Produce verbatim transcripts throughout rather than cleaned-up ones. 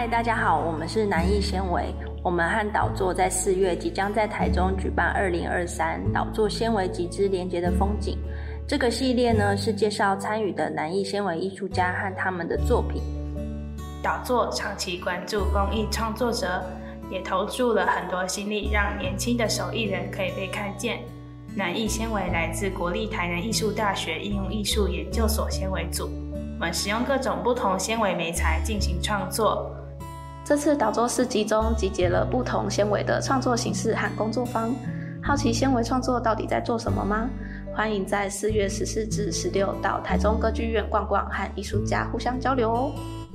嗨，大家好，我们是南艺纤维。我们和导作在四月即将在台中举办二零二三导作纤维集之连结的风景。这个系列呢是介绍参与的南艺纤维艺术家和他们的作品。 导作长期关注公益创作者，也投注了很多心力，让年轻的手艺人可以被看见。南艺纤维来自国立台南艺术大学应用艺术研究所纤维组，我们使用各种不同纤维媒材进行创作。 这次导作市集中集结了不同纤维的创作形式和工作坊。好奇纤维创作到底在做什么吗？欢迎在四月十四至十六到台中歌剧院逛逛，和艺术家互相交流哦。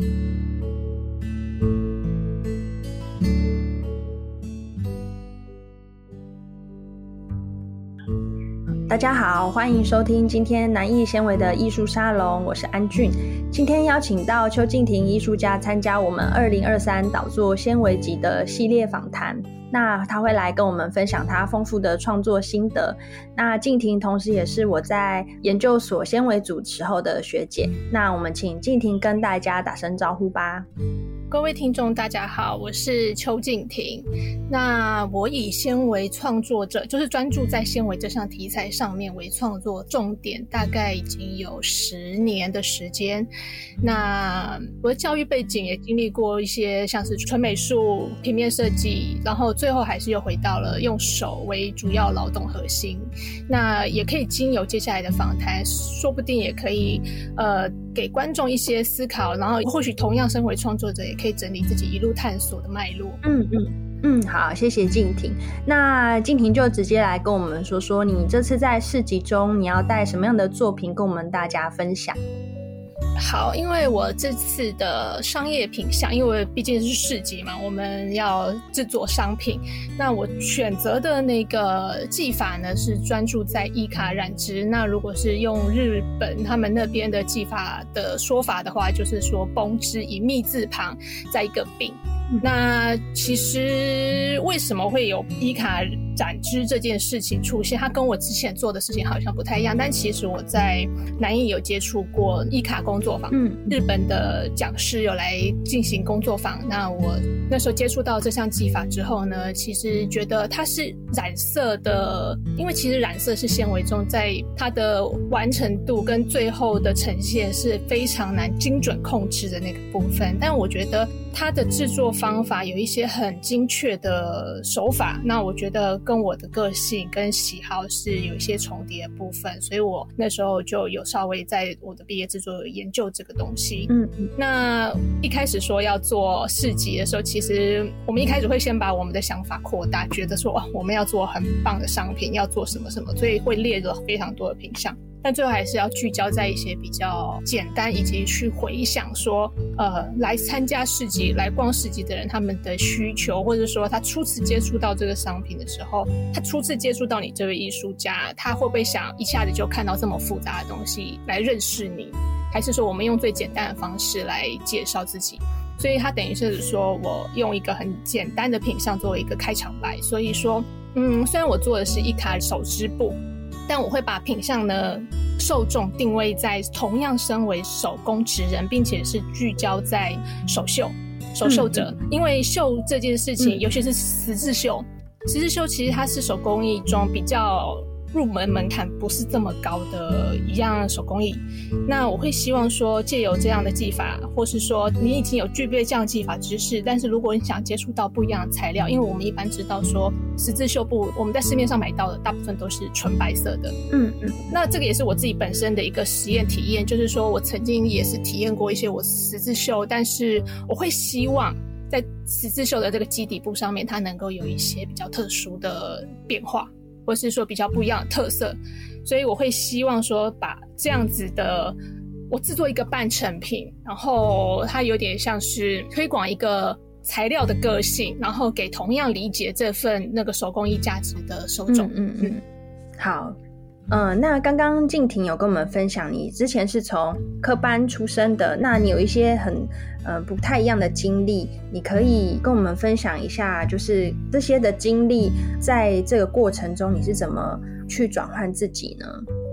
大家好，欢迎收听今天南艺纤维的艺术沙龙，我是安俊。今天邀请到邱静婷艺术家参加我们二零二三导作纤维集的系列访谈。那他会来跟我们分享他丰富的创作心得。那静婷同时也是我在研究所纤维组时候的学姐。那我们请静婷跟大家打声招呼吧。 各位听众大家好，我是邱静婷。那我以纤维创作者，就是专注在纤维这项题材上面为创作重点，大概已经有十年的时间。那我的教育背景也经历过一些像是纯美术、平面设计，然后最后还是又回到了用手为主要劳动核心。那也可以经由接下来的访谈，说不定也可以呃给观众一些思考，然后或许同样身为创作者也可以整理自己一路探索的脉络。 嗯嗯嗯，好，谢谢静婷。那静婷就直接来跟我们说说，你这次在市集中你要带什么样的作品跟我们大家分享？ 好，因为我这次的商业品项，因为毕竟是市集嘛，我们要制作商品。那我选择的那个技法呢，是专注在伊卡染织。那如果是用日本他们那边的技法的说法的话，就是说绷织以密字旁在一个柄。那其实为什么会有伊卡染织这件事情出现，它跟我之前做的事情好像不太一样，但其实我在南艺有接触过伊卡工作坊，嗯，日本的讲师有来进行工作坊。那我那时候接触到这项技法之后呢，其实觉得它是染色的，因为其实染色是纤维中在它的完成度跟最后的呈现是非常难精准控制的那个部分，但我觉得它的制作方法有一些很精确的手法，那我觉得跟我的个性跟喜好是有一些重叠的部分，所以我那时候就有稍微在我的毕业制作有研究这个东西。嗯，那一开始说要做市集的时候，其实我们一开始会先把我们的想法扩大，觉得说、哦、我们要做很棒的商品，要做什么什么，所以会列了非常多的品项。但最后还是要聚焦在一些比较简单，以及去回想说呃，来参加市集来逛市集的人他们的需求，或者说他初次接触到这个商品的时候，他初次接触到你这位艺术家，他会不会想一下子就看到这么复杂的东西来认识你，还是说我们用最简单的方式来介绍自己。所以他等于是说我用一个很简单的品项作为一个开场白，所以说嗯，虽然我做的是一卡手织布，但我会把品项呢受众定位在同样身为手工职人，并且是聚焦在手绣手绣者、嗯、因为绣这件事情、嗯、尤其是十字绣十字绣其实它是手工艺中比较入门门槛不是这么高的一样手工艺。那我会希望说借由这样的技法，或是说你已经有具备这样的技法知识，但是如果你想接触到不一样的材料，因为我们一般知道说十字绣布我们在市面上买到的大部分都是纯白色的。嗯嗯，那这个也是我自己本身的一个实验体验，就是说我曾经也是体验过一些我十字绣，但是我会希望在十字绣的这个基底布上面它能够有一些比较特殊的变化，或是说比较不一样的特色，所以我会希望说把这样子的我制作一个半成品，然后它有点像是推广一个材料的个性，然后给同样理解这份那个手工艺价值的受众。嗯嗯嗯， 好。嗯，那刚刚静婷有跟我们分享你之前是从科班出身的，那你有一些很呃不太一样的经历，你可以跟我们分享一下，就是这些的经历在这个过程中你是怎么去转换自己呢？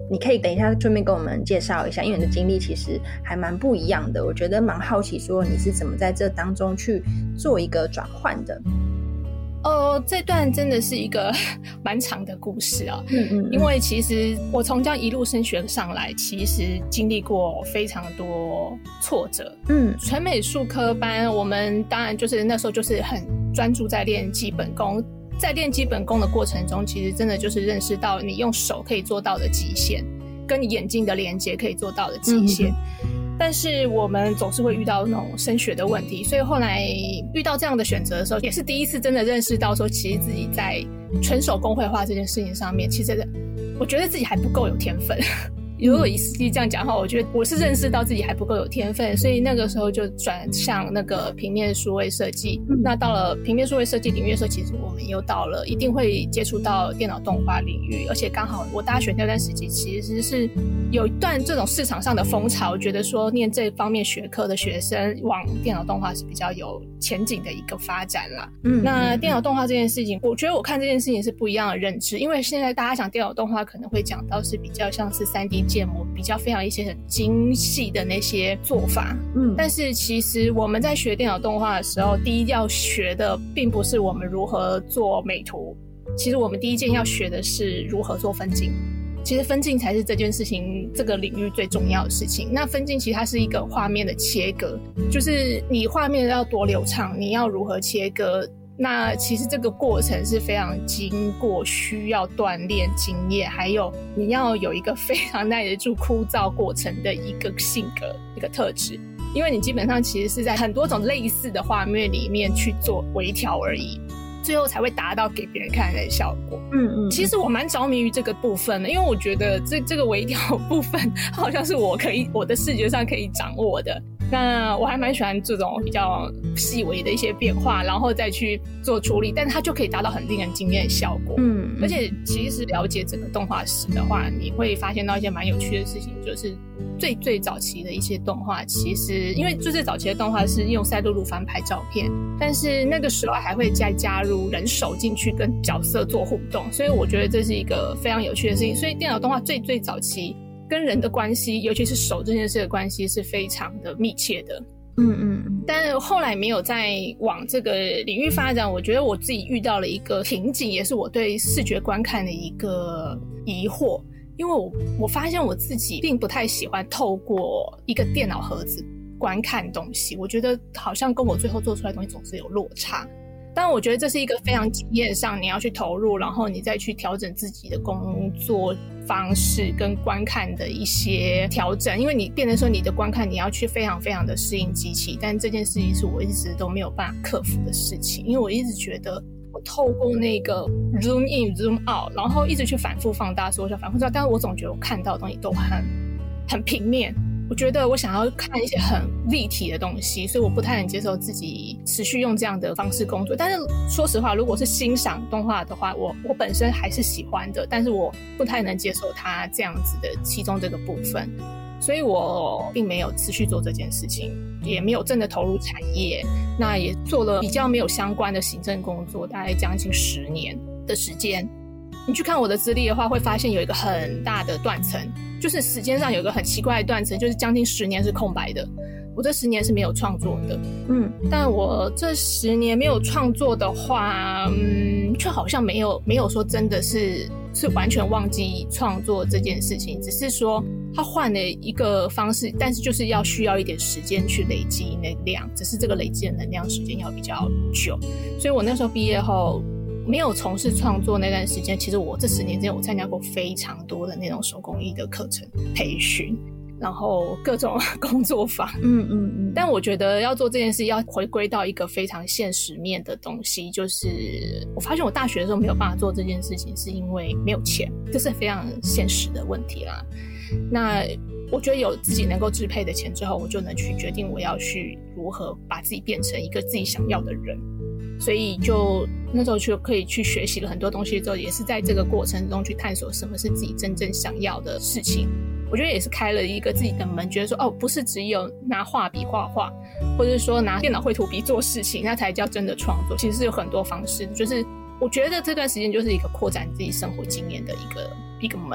你可以等一下顺便跟我们介绍一下，因为你的经历其实还蛮不一样的，我觉得蛮好奇说你是怎么在这当中去做一个转换的。 哦，这段真的是一个蛮长的故事啊。 嗯嗯嗯， 因为其实我从这样一路升学上来，其实经历过非常多挫折。 嗯， 纯美术科班，我们当然就是那时候就是很专注在练基本功，在练基本功的过程中，其实真的就是认识到你用手可以做到的极限，跟你眼睛的连接可以做到的极限。嗯，但是我们总是会遇到那种升学的问题，所以后来遇到这样的选择的时候，也是第一次真的认识到说，其实自己在纯手工绘画这件事情上面，其实我觉得自己还不够有天分。如果以实际这样讲的话，我觉得我是认识到自己还不够有天分，所以那个时候就转向那个平面数位设计。嗯，那到了平面数位设计领域的时候，其实我们又到了一定会接触到电脑动画领域，而且刚好我大学那段时期其实是有一段这种市场上的风潮，觉得说念这方面学科的学生往电脑动画是比较有前景的一个发展啦。嗯，那电脑动画这件事情，我觉得我看这件事情是不一样的认知，因为现在大家讲电脑动画可能会讲到是比较像是 三 D建模，比较非常一些很精细的那些做法。嗯，但是其实我们在学电脑动画的时候，第一要学的并不是我们如何做美图，其实我们第一件要学的是如何做分镜。其实分镜才是这件事情这个领域最重要的事情。那分镜其实它是一个画面的切割，就是你画面要多流畅，你要如何切割，那其实这个过程是非常经过需要锻炼经验，还有你要有一个非常耐得住枯燥过程的一个性格一个特质，因为你基本上其实是在很多种类似的画面里面去做微调而已，最后才会达到给别人看的效果。嗯嗯，其实我蛮着迷于这个部分的，因为我觉得这这个微调部分好像是我可以我的视觉上可以掌握的。那我还蛮喜欢这种比较细微的一些变化，然后再去做处理，但是它就可以达到很令人惊艳的效果。嗯，而且其实了解整个动画史的话，你会发现到一些蛮有趣的事情，就是最最早期的一些动画，其实因为最最早期的动画是用赛璐璐翻拍照片，但是那个时候还会再加入人手进去跟角色做互动，所以我觉得这是一个非常有趣的事情。所以电脑动画最最早期跟人的关系，尤其是手这件事的关系是非常的密切的。嗯嗯，但后来没有再往这个领域发展，我觉得我自己遇到了一个瓶颈，也是我对视觉观看的一个疑惑。因为我我发现我自己并不太喜欢透过一个电脑盒子观看东西，我觉得好像跟我最后做出来的东西总是有落差。但我觉得这是一个非常经验上你要去投入，然后你再去调整自己的工作方式跟观看的一些调整，因为你变成说你的观看你要去非常非常的适应机器，但这件事情是我一直都没有办法克服的事情。因为我一直觉得我透过那个 zoom in zoom out， 然后一直去反复放大缩小反复放大，但是我总觉得我看到的东西都很很平面，我觉得我想要看一些很立体的东西，所以我不太能接受自己持续用这样的方式工作。但是说实话，如果是欣赏动画的话，我我本身还是喜欢的，但是我不太能接受它这样子的其中这个部分，所以我并没有持续做这件事情，也没有真的投入产业，那也做了比较没有相关的行政工作，大概将近十年的时间。你去看我的资历的话，会发现有一个很大的断层，就是时间上有一个很奇怪的断层，就是将近十年是空白的。我这十年是没有创作的，嗯，但我这十年没有创作的话，嗯，却好像没有没有说真的是是完全忘记创作这件事情，只是说他换了一个方式，但是就是要需要一点时间去累积能量，只是这个累积的能量时间要比较久。所以我那时候毕业后没有从事创作那段时间，其实我这十年间我参加过非常多的那种手工艺的课程培训，然后各种工作坊，嗯嗯嗯。但我觉得要做这件事要回归到一个非常现实面的东西，就是我发现我大学的时候没有办法做这件事情，是因为没有钱，这是非常现实的问题啦。那我觉得有自己能够支配的钱之后，我就能去决定我要去如何把自己变成一个自己想要的人。所以就那时候就可以去学习了很多东西之后，也是在这个过程中去探索什么是自己真正想要的事情。我觉得也是开了一个自己的门，觉得说哦，不是只有拿画笔画画，或者说拿电脑绘图笔做事情，那才叫真的创作。其实是有很多方式，就是我觉得这段时间就是一个扩展自己生活经验的一个一个门。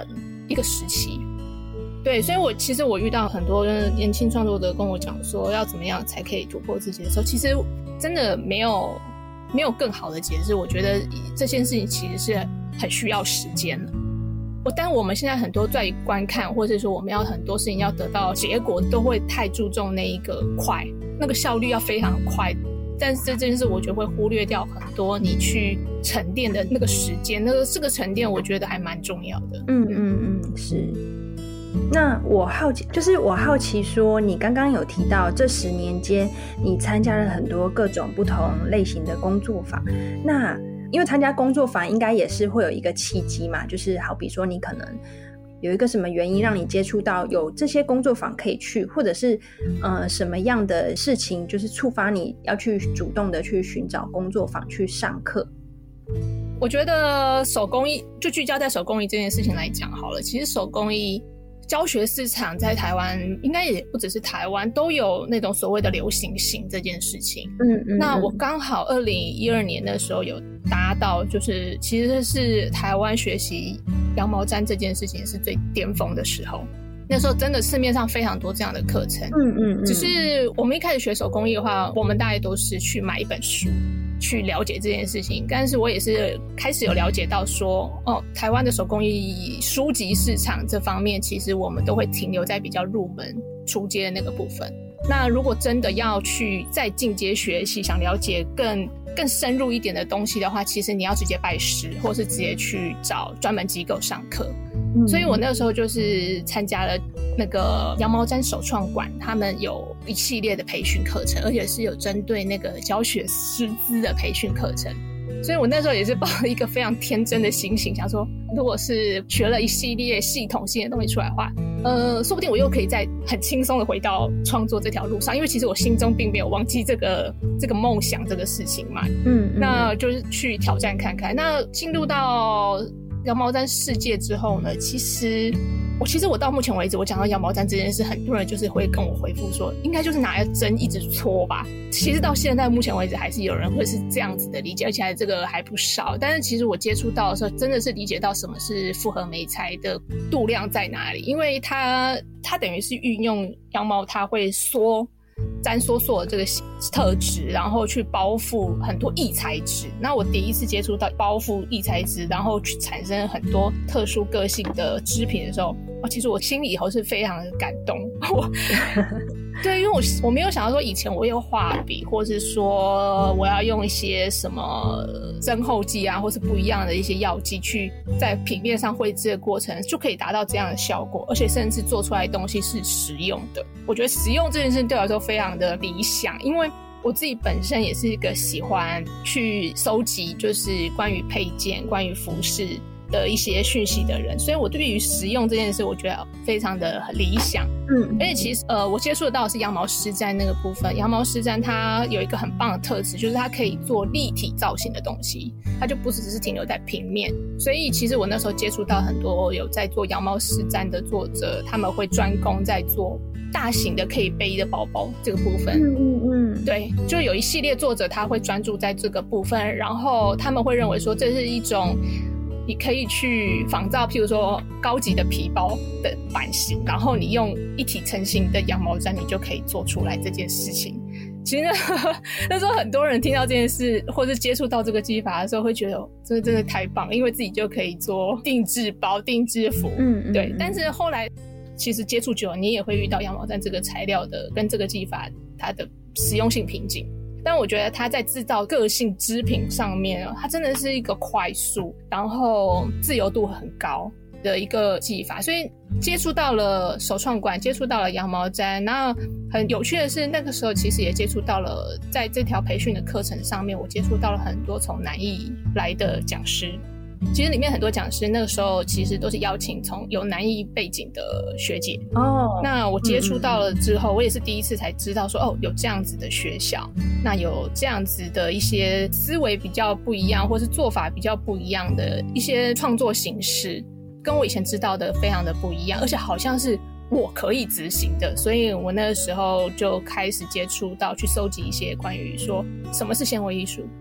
一个时期。对，所以我其实我遇到很多年轻创作者跟我讲说要怎么样才可以突破自己的时候，其实真的没有没有更好的解释。我觉得这件事情其实是很需要时间的。我但我们现在很多在观看，或者说我们要很多事情要得到结果，都会太注重那一个快，那个效率要非常快。但是这件事我觉得会忽略掉很多你去沉淀的那个时间，那个这个沉淀我觉得还蛮重要的。 嗯嗯嗯，是。那我好奇，就是我好奇说，你刚刚有提到这十年间，你参加了很多各种不同类型的工作坊。那因为参加工作坊，应该也是会有一个契机嘛，就是好比说你可能有一个什么原因让你接触到有这些工作坊可以去，或者是呃什么样的事情，就是触发你要去主动的去寻找工作坊去上课。 我觉得手工艺就聚焦在手工艺这件事情来讲好了，其实手工艺教学市场在台湾应该也不只是台湾，都有那种所谓的流行性这件事情。 嗯 嗯, 嗯那我刚好二零一二年的时候有达到，就是其实是台湾学习羊毛毡这件事情是最巅峰的时候。那时候真的市面上非常多这样的课程。 嗯嗯嗯， 只是我们一开始学手工艺的话，我们大概都是去买一本书去了解这件事情。但是我也是开始有了解到说，哦，台湾的手工艺书籍市场这方面，其实我们都会停留在比较入门初阶的那个部分。那如果真的要去再进阶学习，想了解更更深入一点的东西的话，其实你要直接拜师，或是直接去找专门机构上课。嗯、所以我那个时候就是参加了那个羊毛毡手创馆，他们有一系列的培训课程，而且是有针对那个教学师资的培训课程。所以我那时候也是抱了一个非常天真的心情，想说如果是学了一系列系统性的东西出来的话，呃，说不定我又可以再很轻松的回到创作这条路上，因为其实我心中并没有忘记这个这个梦想这个事情嘛。嗯, 嗯，那就是去挑战看看。那进入到羊毛毡世界之后呢，其实我其实我到目前为止，我讲到羊毛毡这件事，很多人就是会跟我回复说，应该就是拿针一直戳吧。其实到现在目前为止，还是有人会是这样子的理解，而且这个还不少。但是其实我接触到的时候，真的是理解到什么是复合媒材的度量在哪里，因为它它等于是运用羊毛，它会缩。粘缩缩的这个特质，然后去包覆很多异材质。那我第一次接触到包覆异材质，然后去产生很多特殊个性的织品的时候，哦，其实我心里以后是非常的感动。我对，因为我我没有想到说以前我有画笔，或是说我要用一些什么增厚剂啊，或是不一样的一些药剂去在平面上绘制的过程，就可以达到这样的效果，而且甚至做出来的东西是实用的。我觉得实用这件事情对我来说非常的理想，因为我自己本身也是一个喜欢去收集就是关于配件、关于服饰的一些讯息的人，所以我对于实用这件事我觉得非常的理想。嗯，而且其实呃，我接触得到的是羊毛湿毡那个部分。羊毛湿毡它有一个很棒的特质，就是它可以做立体造型的东西，它就不只是停留在平面。所以其实我那时候接触到很多有在做羊毛湿毡的作者，他们会专攻在做大型的可以背的包包这个部分。嗯嗯嗯，对，就有一系列作者他会专注在这个部分，然后他们会认为说这是一种你可以去仿造譬如说高级的皮包的版型，然后你用一体成型的羊毛毡你就可以做出来这件事情。其实那时候很多人听到这件事或是接触到这个技法的时候会觉得这真的太棒了，因为自己就可以做定制包定制服。嗯, 嗯对，但是后来其实接触久了你也会遇到羊毛毡这个材料的跟这个技法它的实用性瓶颈，但我觉得它在制造个性织品上面它真的是一个快速然后自由度很高的一个技法。所以接触到了手创馆，接触到了羊毛毡，那很有趣的是那个时候其实也接触到了在这条培训的课程上面，我接触到了很多从南艺来的讲师。其实里面很多讲师那个时候其实都是邀请从有南艺背景的学姐哦。那我接触到了之后、嗯、我也是第一次才知道说哦有这样子的学校，那有这样子的一些思维比较不一样或是做法比较不一样的一些创作形式，跟我以前知道的非常的不一样，而且好像是我可以执行的。所以我那个时候就开始接触到去收集一些关于说什么是纤维艺术，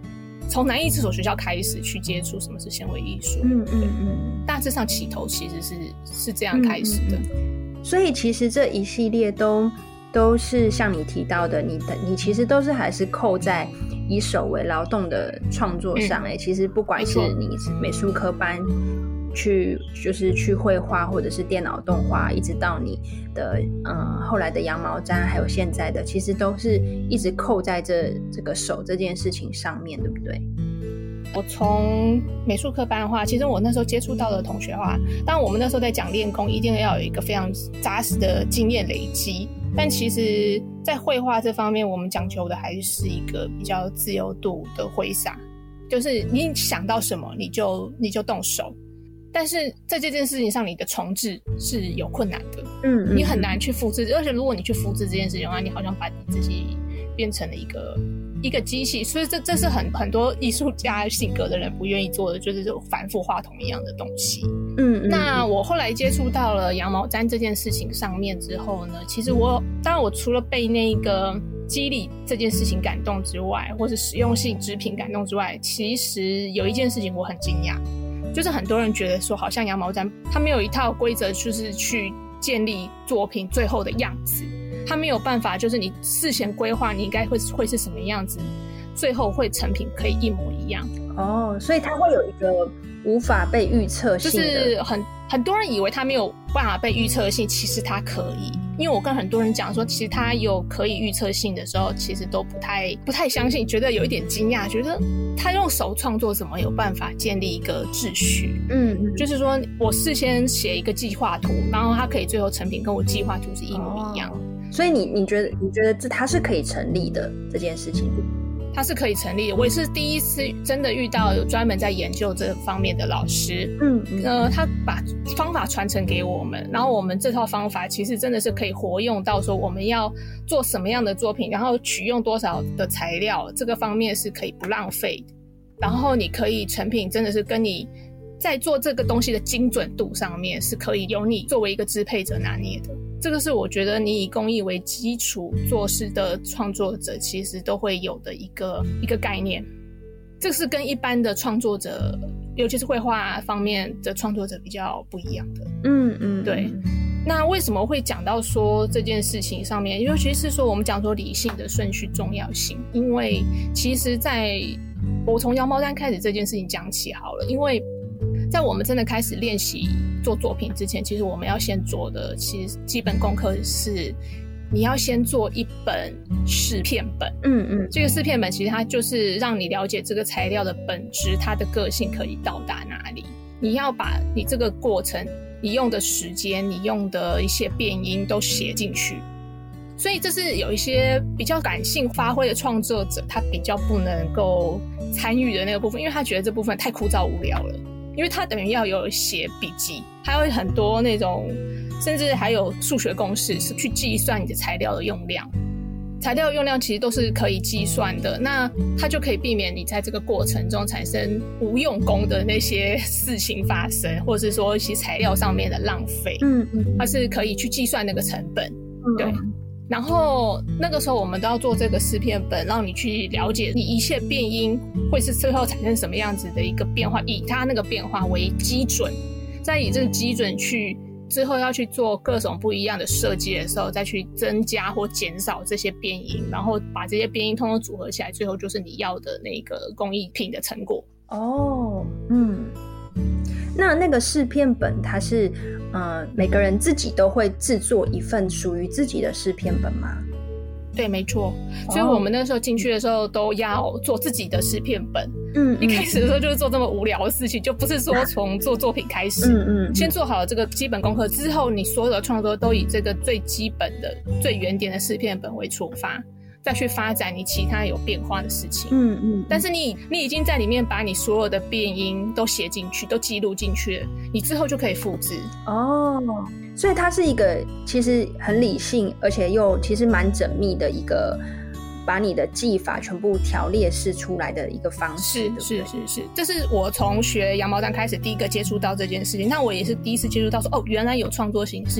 从南艺这所学校开始去接触什么是纤维艺术。 嗯嗯嗯， 大致上起头其实是是这样开始的。嗯嗯嗯，所以其实这一系列都都是像你提到的，你的你其实都是还是扣在以手为劳动的创作上。哎、嗯，其实不管是你美术科班去就是去绘画，或者是电脑动画，一直到你的嗯后来的羊毛毡，还有现在的，其实都是一直扣在这这个手这件事情上面，对不对？ 我从美术课班的话，其实我那时候接触到的同学的话，当然我们那时候在讲练功，一定要有一个非常扎实的经验累积。但其实在绘画这方面，我们讲求的还是一个比较自由度的挥洒，就是你想到什么你就你就动手。但是在这件事情上，你的重置是有困难的。嗯, 嗯，你很难去复制，而且如果你去复制这件事情的话，你好像把你自己变成了一个一个机器，所以这这是很很多艺术家性格的人不愿意做的，就是反复画同一样的东西。嗯, 嗯，那我后来接触到了羊毛毡这件事情上面之后呢，其实我当然我除了被那个肌理这件事情感动之外，或是实用性织品感动之外，其实有一件事情我很惊讶。就是很多人觉得说好像羊毛毡它没有一套规则，就是去建立作品最后的样子，它没有办法就是你事先规划你应该会会是什么样子，最后会成品可以一模一样。 哦，所以它会有一个无法被预测性的， 就是很很多人以为它没有办法被预测性，其实它可以。因为我跟很多人讲说其实它有可以预测性的时候，其实都不太不太相信，觉得有一点惊讶，觉得他用手创作怎么有办法建立一个秩序。嗯，就是说我事先写一个计划图，然后它可以最后成品跟我计划图是一模一样。哦， 所以你你觉得你觉得这它是可以成立的这件事情？ 它是可以成立的。我也是第一次真的遇到有专门在研究这方面的老师。嗯, 嗯呃，他把方法传承给我们，然后我们这套方法其实真的是可以活用到说我们要做什么样的作品，然后取用多少的材料，这个方面是可以不浪费的。然后你可以成品真的是跟你在做这个东西的精准度上面是可以由你作为一个支配者拿捏的。这个是我觉得你以工艺为基础做事的创作者其实都会有的一个一个概念。这是跟一般的创作者，尤其是绘画方面的创作者比较不一样的。嗯嗯，对。那为什么会讲到说这件事情上面，尤其是说我们讲说理性的顺序重要性，因为其实在我从羊毛毡开始这件事情讲起好了。因为在我们真的开始练习做作品之前，其实我们要先做的其实基本功课是你要先做一本试片本。嗯嗯，这个试片本其实它就是让你了解这个材料的本质，它的个性可以到达哪里。你要把你这个过程，你用的时间，你用的一些变因都写进去。所以这是有一些比较感性发挥的创作者他比较不能够参与的那个部分，因为他觉得这部分太枯燥无聊了。因为他等于要有写笔记，还有很多那种甚至还有数学公式是去计算你的材料的用量，材料用量其实都是可以计算的，那它就可以避免你在这个过程中产生无用功的那些事情发生，或者是说一些材料上面的浪费。嗯嗯，它是可以去计算那个成本。嗯，对。然后那个时候我们都要做这个试片本，让你去了解你一切变因会是最后产生什么样子的一个变化，以它那个变化为基准，再以这个基准去之后要去做各种不一样的设计的时候，再去增加或减少这些变因，然后把这些变因通通组合起来，最后就是你要的那个工艺品的成果。 哦，嗯，那那个试片本它是呃，每个人自己都会制作一份属于自己的试片本吗？ 对，没错。所以我们那时候进去的时候都要做自己的试片本。嗯，一开始的时候就是做这么无聊的事情，就不是说从做作品开始。嗯嗯，先做好这个基本功课之后，你所有的创作都以这个最基本的、最原点的试片本为出发，再去发展你其他有变化的事情。嗯嗯，但是你你已经在里面把你所有的变因都写进去，都记录进去了，你之后就可以复制。 哦，所以它是一个其实很理性，而且又其实蛮缜密的一个把你的技法全部条列式出来的一个方式。 是是是是，这是我从学羊毛毡开始第一个接触到这件事情。那我也是第一次接触到说，哦，原来有创作形式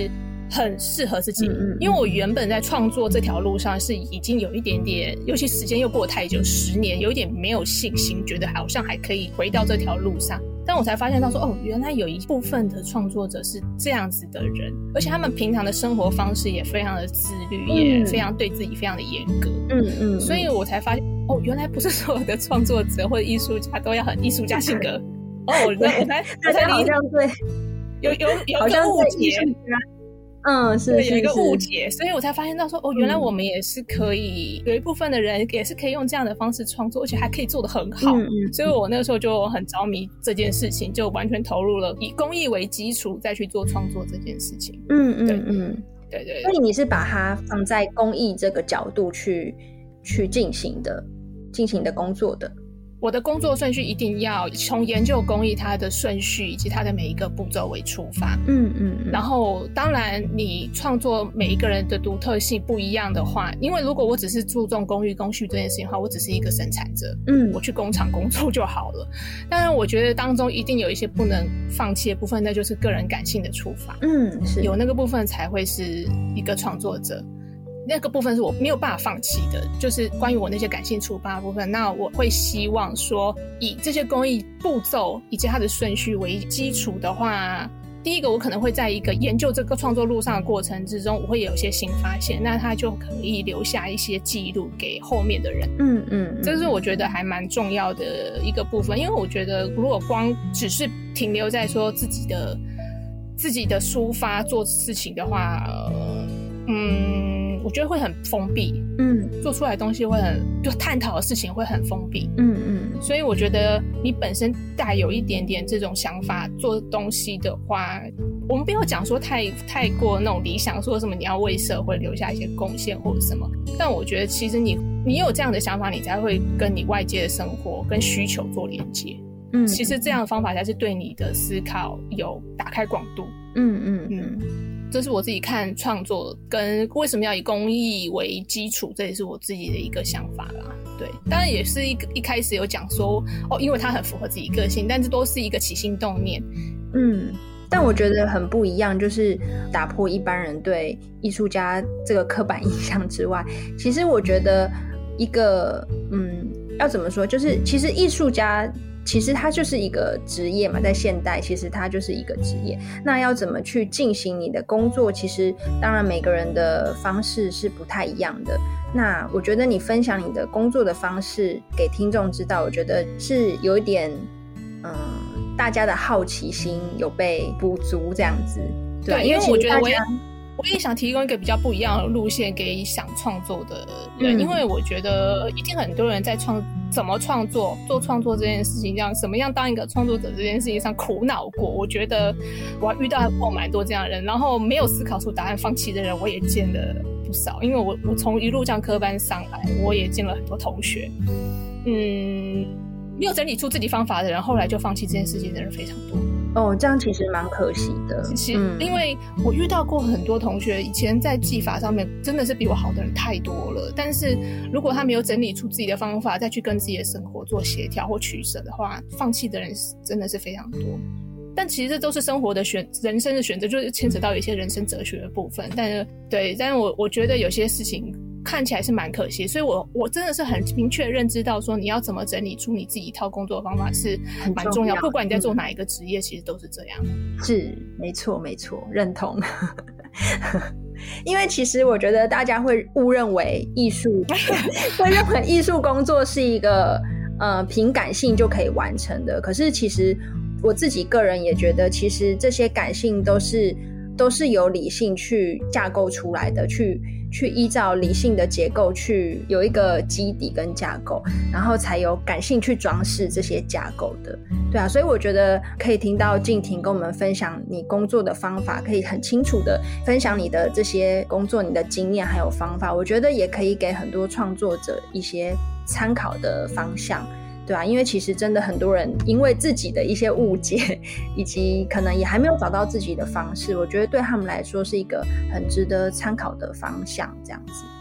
很适合自己。嗯嗯，因为我原本在创作这条路上是已经有一点点，尤其时间又过太久，十年，有一点没有信心，觉得好像还可以回到这条路上。但我才发现到说，哦，原来有一部分的创作者是这样子的人，而且他们平常的生活方式也非常的自律，嗯、也非常对自己非常的严格。嗯嗯，所以我才发现，哦，原来不是所有的创作者或者艺术家都要很艺术家性格。哦，我才我才大家好像对有有有一个误解。 嗯，是是是， 有一个误解，所以我才发现到说，哦，原来我们也是可以、嗯、有一部分的人也是可以用这样的方式创作，而且还可以做得很好。嗯嗯，所以我那个时候就很着迷这件事情，就完全投入了以公益为基础再去做创作这件事情。嗯嗯嗯，对 对, 对。 所以你是把它放在公益这个角度去去进行的，进行的工作的。 我的工作顺序一定要从研究公益它的顺序以及它的每一个步骤为出发。嗯嗯嗯。然后当然你创作每一个人的独特性不一样的话，因为如果我只是注重公益公序这件事情的话，我只是一个生产者，嗯，我去工厂工作就好了。当然我觉得当中一定有一些不能放弃的部分，那就是个人感性的出发。嗯，是有那个部分才会是一个创作者。那个部分是我没有办法放弃的，就是关于我那些感性出发的部分。那我会希望说，以这些公益步骤以及它的顺序为基础的话，第一个我可能会在一个研究这个创作路上的过程之中，我会有一些新发现，那它就可以留下一些记录给后面的人。嗯嗯，这是我觉得还蛮重要的一个部分，因为我觉得如果光只是停留在说自己的自己的抒发做事情的话，呃、嗯。我觉得会很封闭，嗯，做出来的东西会很，就探讨的事情会很封闭，嗯嗯，所以我觉得你本身带有一点点这种想法做东西的话，我们不要讲说太太过那种理想，说什么你要为社会留下一些贡献或者什么，但我觉得其实你你有这样的想法，你才会跟你外界的生活跟需求做连接，嗯，其实这样的方法才是对你的思考有打开广度，嗯嗯嗯。这是我自己看创作跟为什么要以公益为基础，这也是我自己的一个想法啦。对，当然也是一个一开始有讲说哦，因为它很符合自己个性，但这都是一个起心动念。 嗯，但我觉得很不一样，就是打破一般人对艺术家这个刻板印象之外，其实我觉得一个嗯，要怎么说，就是其实艺术家。其实它就是一个职业嘛，在现代其实它就是一个职业，那要怎么去进行你的工作，其实当然每个人的方式是不太一样的，那我觉得你分享你的工作的方式给听众知道，我觉得是有一点嗯，大家的好奇心有被补足这样子。 对, 对，因为我觉得我也我也想提供一个比较不一样的路线给想创作的人、嗯、因为我觉得一定很多人在创怎么创作做创作这件事情上，什么样当一个创作者这件事情上苦恼过，我觉得我遇到过蛮多这样的人，然后没有思考出答案放弃的人我也见了不少，因为我我从一路这样科班上来，我也见了很多同学，嗯，没有整理出自己方法的人后来就放弃这件事情的人非常多。 哦，这样其实蛮可惜的。 其实、嗯、因为我遇到过很多同学，以前在技法上面真的是比我好的人太多了，但是如果他没有整理出自己的方法，再去跟自己的生活做协调或取舍的话，放弃的人真的是非常多。但其实这都是生活的选人生的选择，就是牵扯到一些人生哲学的部分。但是对，但是我我觉得有些事情看起来是蛮可惜，所以我我真的是很明确认知到说，你要怎么整理出你自己一套工作的方法是蛮重要，不管你在做哪一个职业、嗯、其实都是这样。 是，没错没错，认同。因为其实我觉得大家会误认为艺术会认为艺术工作是一个呃凭感性就可以完成的，可是其实我自己个人也觉得，其实这些感性都是都是由理性去架构出来的，去去依照理性的结构去有一个基底跟架构，然后才有感性去装饰这些架构的。对啊，所以我觉得可以听到靖婷跟我们分享你工作的方法，可以很清楚的分享你的这些工作你的经验还有方法，我觉得也可以给很多创作者一些参考的方向。对啊，因为其实真的很多人因为自己的一些误解以及可能也还没有找到自己的方式，我觉得对他们来说是一个很值得参考的方向这样子。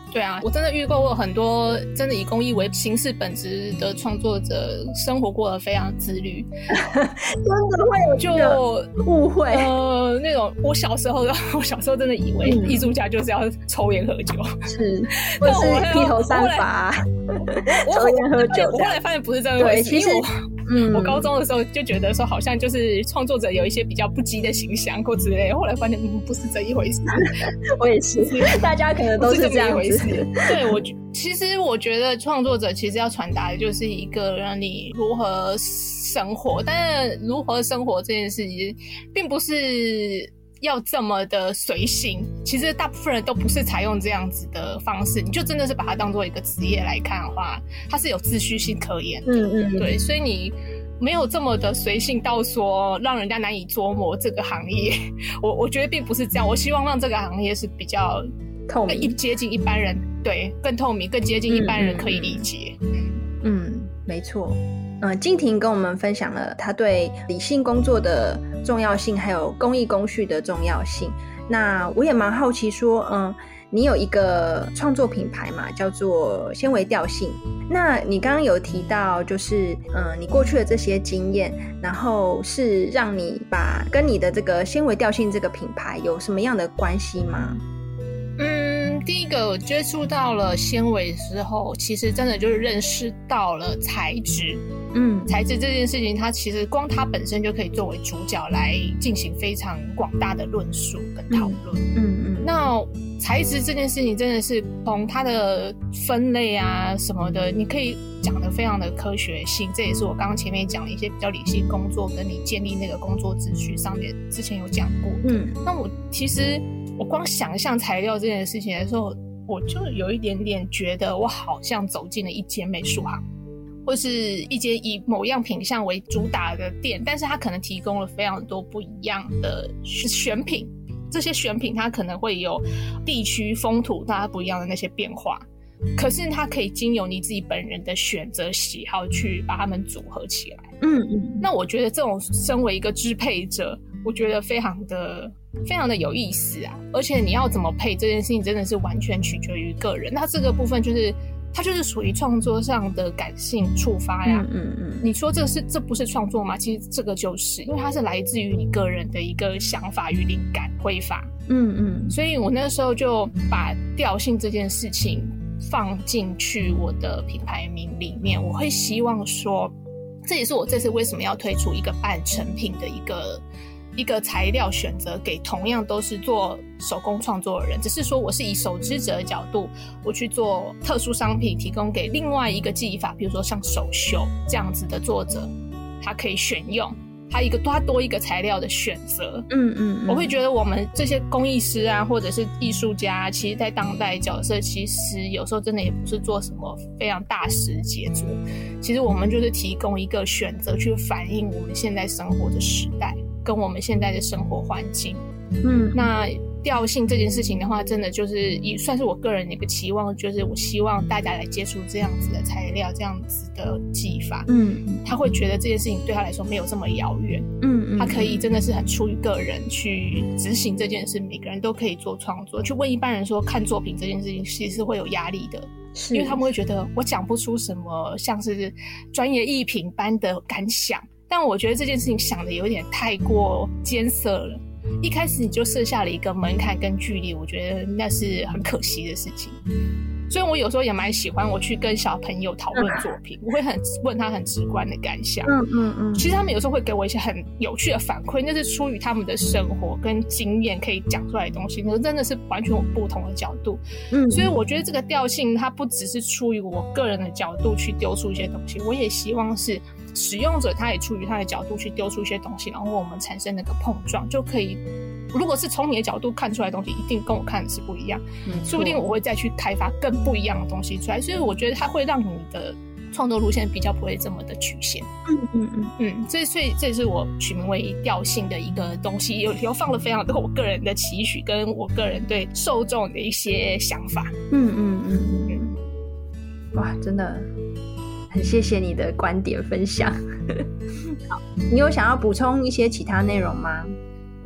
对啊，我真的遇过很多真的以公益为形式本质的创作者，生活过得非常自律。 真的会有就误会， 呃，那种我小时候，我小时候真的以为艺术家就是要抽烟喝酒， 是，或者是披头散发，抽烟喝酒。 我后来发现不是这样回事，因为我嗯，我高中的时候就觉得说，好像就是创作者有一些比较不羁的形象或之类的，后来发现嗯，不是这一回事。 我也是，大家可能都是这样子。 对，我其实我觉得创作者其实要传达的就是一个让你如何生活，但是如何生活这件事情，并不是要这么的随性。其实大部分人都不是采用这样子的方式，你就真的是把它当做一个职业来看的话，它是有秩序性可言的。嗯嗯，对，所以你没有这么的随性到说让人家难以捉摸这个行业。我我觉得并不是这样，我希望让这个行业是比较透明， 接近一般人，对，更透明，更接近一般人可以理解。 嗯，没错。嗯，靖婷跟我们分享了她对理性工作的重要性，还有公益工序的重要性。那我也蛮好奇说，嗯，你有一个创作品牌嘛，叫做纤维调性。那你刚刚有提到，就是嗯，你过去的这些经验，然后是让你把跟你的这个纤维调性这个品牌有什么样的关系吗？ 嗯，第一个我接触到了纤维之后，其实真的就是认识到了材质。嗯，材质这件事情，它其实光它本身就可以作为主角来进行非常广大的论述跟讨论。嗯 嗯, 嗯，那材质这件事情真的是从它的分类啊什么的，你可以讲得非常的科学性。这也是我刚刚前面讲的一些比较理性工作跟你建立那个工作秩序上面之前有讲过。嗯，那我其实我光想象材料这件事情的时候，我就有一点点觉得我好像走进了一间美术行，或是一间以某样品项为主打的店，但是它可能提供了非常多不一样的选品，这些选品它可能会有地区风土它不一样的那些变化，可是它可以经由你自己本人的选择喜好去把它们组合起来。嗯嗯，那我觉得这种身为一个支配者，我觉得非常的非常的有意思啊，而且你要怎么配这件事情真的是完全取决于个人。那这个部分就是它就是属于创作上的感性触发呀。嗯嗯嗯，你说这是这不是创作吗？其实这个就是，因为它是来自于你个人的一个想法与灵感挥发。嗯嗯，所以我那时候就把调性这件事情放进去我的品牌名里面。我会希望说，这也是我这次为什么要推出一个半成品的一个一个材料选择给同样都是做手工创作的人，只是说我是以手织者的角度，我去做特殊商品提供给另外一个技法，比如说像手绣这样子的作者，他可以选用他一个他多一个材料的选择。嗯嗯嗯，我会觉得我们这些工艺师啊，或者是艺术家，其实在当代角色，其实有时候真的也不是做什么非常大师杰作，其实我们就是提供一个选择去反映我们现在生活的时代跟我们现在的生活环境。嗯，那调性这件事情的话，真的就是也算是我个人的一个期望，就是我希望大家来接触这样子的材料，这样子的技法。嗯，他会觉得这件事情对他来说没有这么遥远。嗯嗯，他可以真的是很出于个人去执行这件事，每个人都可以做创作。去问一般人说看作品这件事情，其实是会有压力的。因为他们会觉得我讲不出什么像是专业艺评般的感想，但我觉得这件事情想的有点太过艰涩了，一开始你就设下了一个门槛跟距离，我觉得那是很可惜的事情。所以我有时候也蛮喜欢我去跟小朋友讨论作品，我会很问他很直观的感想。嗯嗯嗯，其实他们有时候会给我一些很有趣的反馈，那是出于他们的生活跟经验可以讲出来的东西，可是真的是完全有不同的角度。嗯，所以我觉得这个调性它不只是出于我个人的角度去丢出一些东西，我也希望是使用者他也出于他的角度去丢出一些东西，然后我们产生那个碰撞，就可以如果是从你的角度看出来的东西一定跟我看的是不一样，说不定我会再去开发更不一样的东西出来，所以我觉得它会让你的创作路线比较不会这么的局限。嗯嗯嗯嗯，所以所以这也是我取名为调性的一个东西，有有放了非常多我个人的期许跟我个人对受众的一些想法。嗯嗯嗯嗯， 哇，真的很谢谢你的观点分享。好，你有想要补充一些其他内容吗？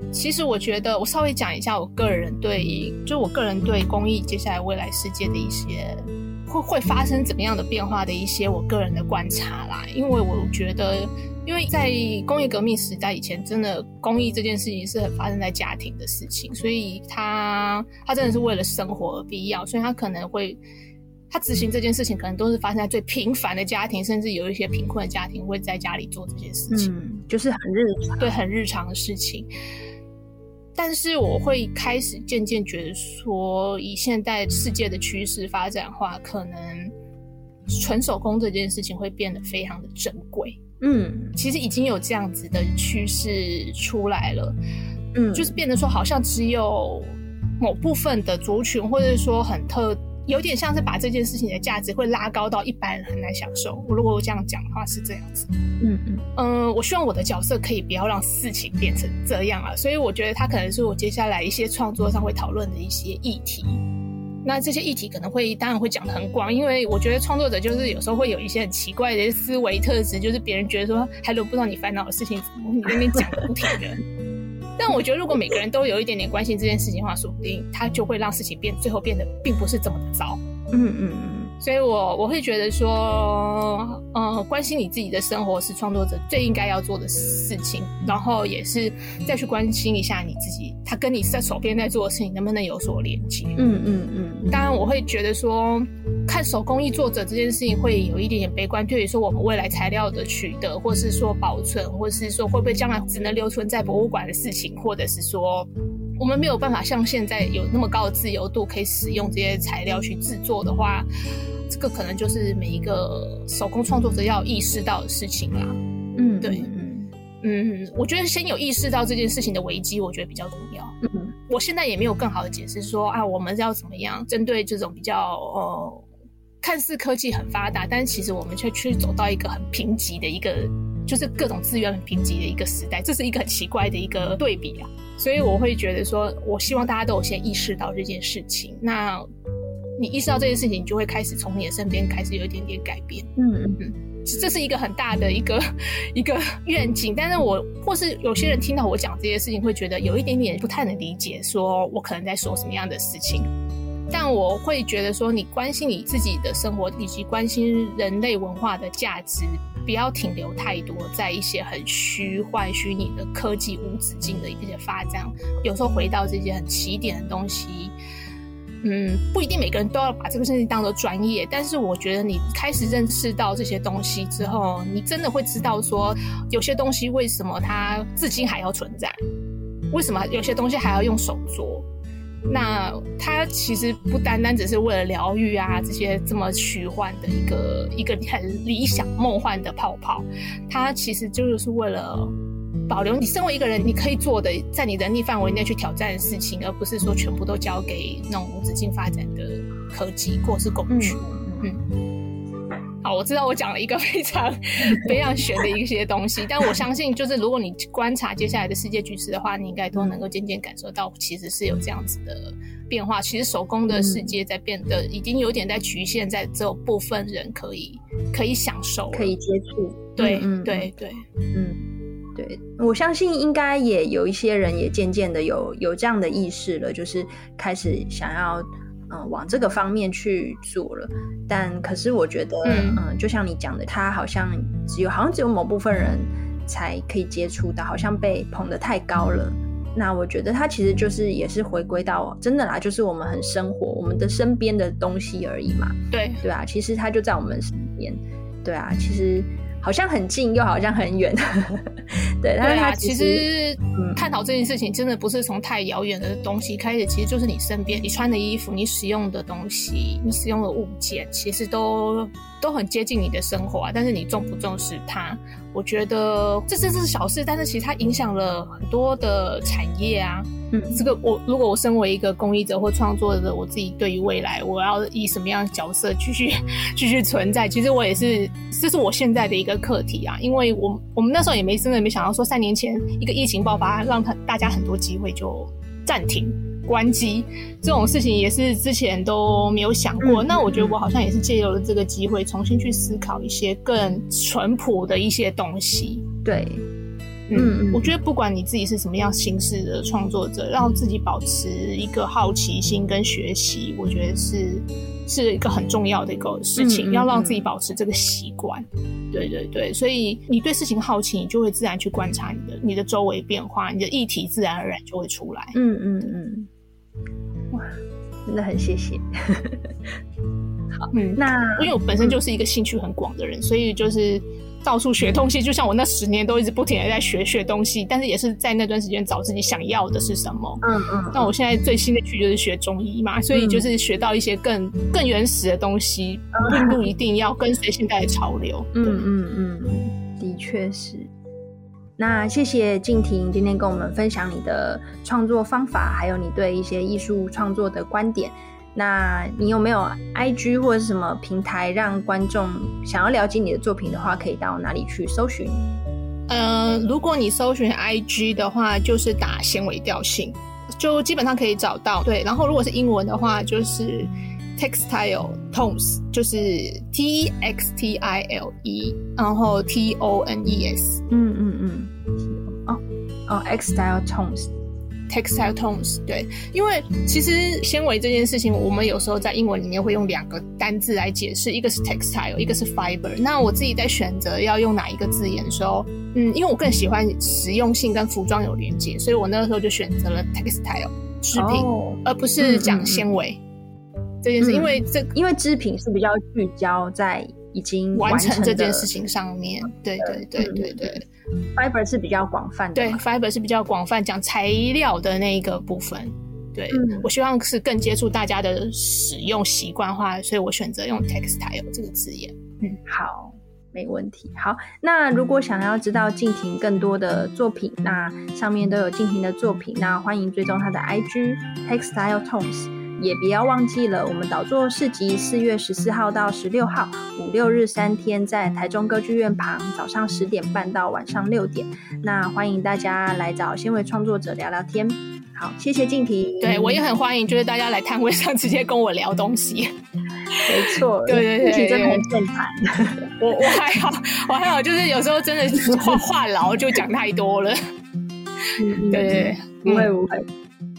其实我觉得我稍微讲一下我个人对，就我个人对公益接下来未来世界的一些会会发生怎么样的变化的一些我个人的观察啦。因为我觉得，因为在工业革命时代以前，真的公益这件事情是很发生在家庭的事情，所以它它真的是为了生活而必要，所以它可能会。他执行这件事情可能都是发生在最平凡的家庭，甚至有一些贫困的家庭会在家里做这件事情， 嗯，就是很日常， 对，很日常的事情。但是我会开始渐渐觉得说，以现代世界的趋势发展的话，可能纯手工这件事情会变得非常的珍贵。 嗯， 其实已经有这样子的趋势出来了， 嗯， 就是变得说好像只有某部分的族群，或者说很特。有点像是把这件事情的价值会拉高到一般人很难享受。如果我这样讲的话是这样子。 嗯嗯嗯、呃，我希望我的角色可以不要让事情变成这样啊，所以我觉得它可能是我接下来一些创作上会讨论的一些议题。那这些议题可能会当然会讲得很广，因为我觉得创作者就是有时候会有一些很奇怪的思维特质，就是别人觉得说还轮不到你烦恼的事情，你那边讲得不停的。但我觉得如果每个人都有一点点关心这件事情的话，说不定它就会让事情变最后变得并不是这么的糟。 嗯嗯嗯， 所以我我会觉得说呃，关心你自己的生活是创作者最应该要做的事情，然后也是再去关心一下你自己，他跟你在手边在做的事情能不能有所连接。 嗯嗯嗯， 当然我会觉得说看手工艺作者这件事情会有一点点悲观，对于说我们未来材料的取得，或是说保存，或是说会不会将来只能留存在博物馆的事情，或者是说我们没有办法像现在有那么高的自由度可以使用这些材料去制作的话，这个可能就是每一个手工创作者要意识到的事情啦。 嗯， 对，嗯嗯，我觉得先有意识到这件事情的危机，我觉得比较重要。嗯，我现在也没有更好的解释说啊，我们要怎么样针对这种比较呃看似科技很发达，但是其实我们却去走到一个很贫瘠的一个，就是各种资源很贫瘠的一个时代，这是一个很奇怪的一个对比啊。所以我会觉得说，我希望大家都有先意识到这件事情。那你意识到这件事情，你就会开始从你的身边开始有一点点改变。嗯嗯嗯，这是一个很大的一个一个愿景。但是我或是有些人听到我讲这些事情，会觉得有一点点不太能理解，说我可能在说什么样的事情。但我会觉得说，你关心你自己的生活，以及关心人类文化的价值，不要停留太多在一些很虚幻虚拟的科技无止境的一些发展，有时候回到这些很起点的东西。嗯，不一定每个人都要把这个事情当作专业，但是我觉得你开始认识到这些东西之后，你真的会知道说有些东西为什么它至今还要存在，为什么有些东西还要用手做。那它其实不单单只是为了疗愈啊这些这么虚幻的一个一个很理想梦幻的泡泡，它其实就是为了保留你身为一个人你可以做的在你能力范围内去挑战的事情，而不是说全部都交给那种无止境发展的科技或是工具。嗯，嗯好，我知道我讲了一个非常非常玄的一些东西，但我相信就是如果你观察接下来的世界局势的话，你应该都能够渐渐感受到其实是有这样子的变化。其实手工的世界在变得已经有点在局限在只有部分人可以可以享受可以接触。 对、 嗯、 对对， 嗯，对，我相信应该也有一些人也渐渐的有有这样的意识了，就是开始想要嗯往这个方面去做了。但可是我觉得嗯、呃、就像你讲的，他好像只有好像只有某部分人才可以接触到，好像被捧得太高了。那我觉得他其实就是也是回归到真的啦，就是我们很生活我们的身边的东西而已嘛。 对对啊，其实他就在我们身边。对啊，其实好像很近又好像很远。对，但是他其实, 对、啊、其实、嗯、探讨这件事情真的不是从太遥远的东西开始，其实就是你身边你穿的衣服，你使用的东西，你使用的物件，其实都都很接近你的生活啊。但是你重不重视它，我觉得这真是小事，但是其实它影响了很多的产业啊。嗯，这个我如果我身为一个公益者或创作者，我自己对于未来我要以什么样的角色继续继续存在，其实我也是这是我现在的一个课题啊。因为我我们那时候也没真的没想到说三年前一个疫情爆发，让大家很多机会就暂停关机，这种事情也是之前都没有想过。嗯、那我觉得我好像也是借由了这个机会重新去思考一些更淳朴的一些东西。 对嗯，我觉得不管你自己是什么样形式的创作者，让自己保持一个好奇心跟学习，我觉得是是一个很重要的一个事情，嗯嗯嗯，要让自己保持这个习惯。对对对，所以你对事情好奇，你就会自然去观察你的你的周围变化，你的议题自然而然就会出来。 嗯嗯嗯，哇，真的很谢谢。好， 嗯，那因为我本身就是一个兴趣很广的人，所以就是到处学东西，就像我那十年都一直不停的在学学东西，但是也是在那段时间找自己想要的是什么。嗯嗯。那我现在最新的去就是学中医嘛，所以就是学到一些更更原始的东西，并不一定要跟随现在的潮流。 嗯嗯嗯，的确是。那谢谢靖婷今天跟我们分享你的创作方法，还有你对一些艺术创作的观点。那你有没有 I G 或者是什么平台让观众想要了解你的作品的话，可以到哪里去搜寻？ 呃，如果你搜寻 I G 的话，就是打纤维调性，就基本上可以找到。对，然后如果是英文的话，就是 Textile Tones， 就是 T X T I L E， 然后 T O N E S。 嗯嗯嗯，哦哦 ，Textile Tones。Textile tones， 对，因为其实纤维这件事情，我们有时候在英文里面会用两个单字来解释，一个是 textile， 一个是 fiber。那我自己在选择要用哪一个字眼的时候，嗯，因为我更喜欢实用性跟服装有连接，所以我那个时候就选择了 textile 织品，哦，而不是讲纤维，嗯，这件事，嗯，因为这因为织品是比较聚焦在已经完成这件事情上面，对对对对对。嗯 Fiber 是比较广泛的， 对 Fiber 是比较广泛讲材料的那一个部分，对，嗯，我希望是更接触大家的使用习惯化，所以我选择用 textile 这个字眼。 嗯，好，没问题。好，那如果想要知道靖婷更多的作品，那上面都有靖婷的作品，那欢迎追踪她的 I G Textile Tones。也不要忘记了，我们导作市集四月十四号到十六号，五六日三天，在台中歌剧院旁，早上十点半到晚上六点。那欢迎大家来找纤维创作者聊聊天。好，谢谢靖婷。 对，我也很欢迎，就是大家来摊位上直接跟我聊东西。 没错， 对对对， 靖婷真的很健谈。 我我还好，我还好，就是有时候真的话话痨就讲太多了。 嗯，对对对，不会不会。